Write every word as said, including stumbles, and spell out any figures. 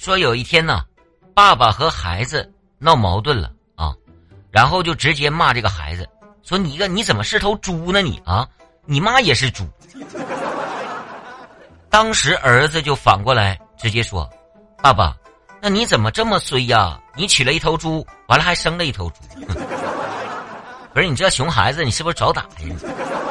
说有一天呢，爸爸和孩子闹矛盾了啊，然后就直接骂这个孩子，说你一个你怎么是头猪呢你啊，你妈也是猪。当时儿子就反过来直接说，爸爸，那你怎么这么衰呀？你娶了一头猪，完了还生了一头猪。不是你这熊孩子，你是不是找打呀？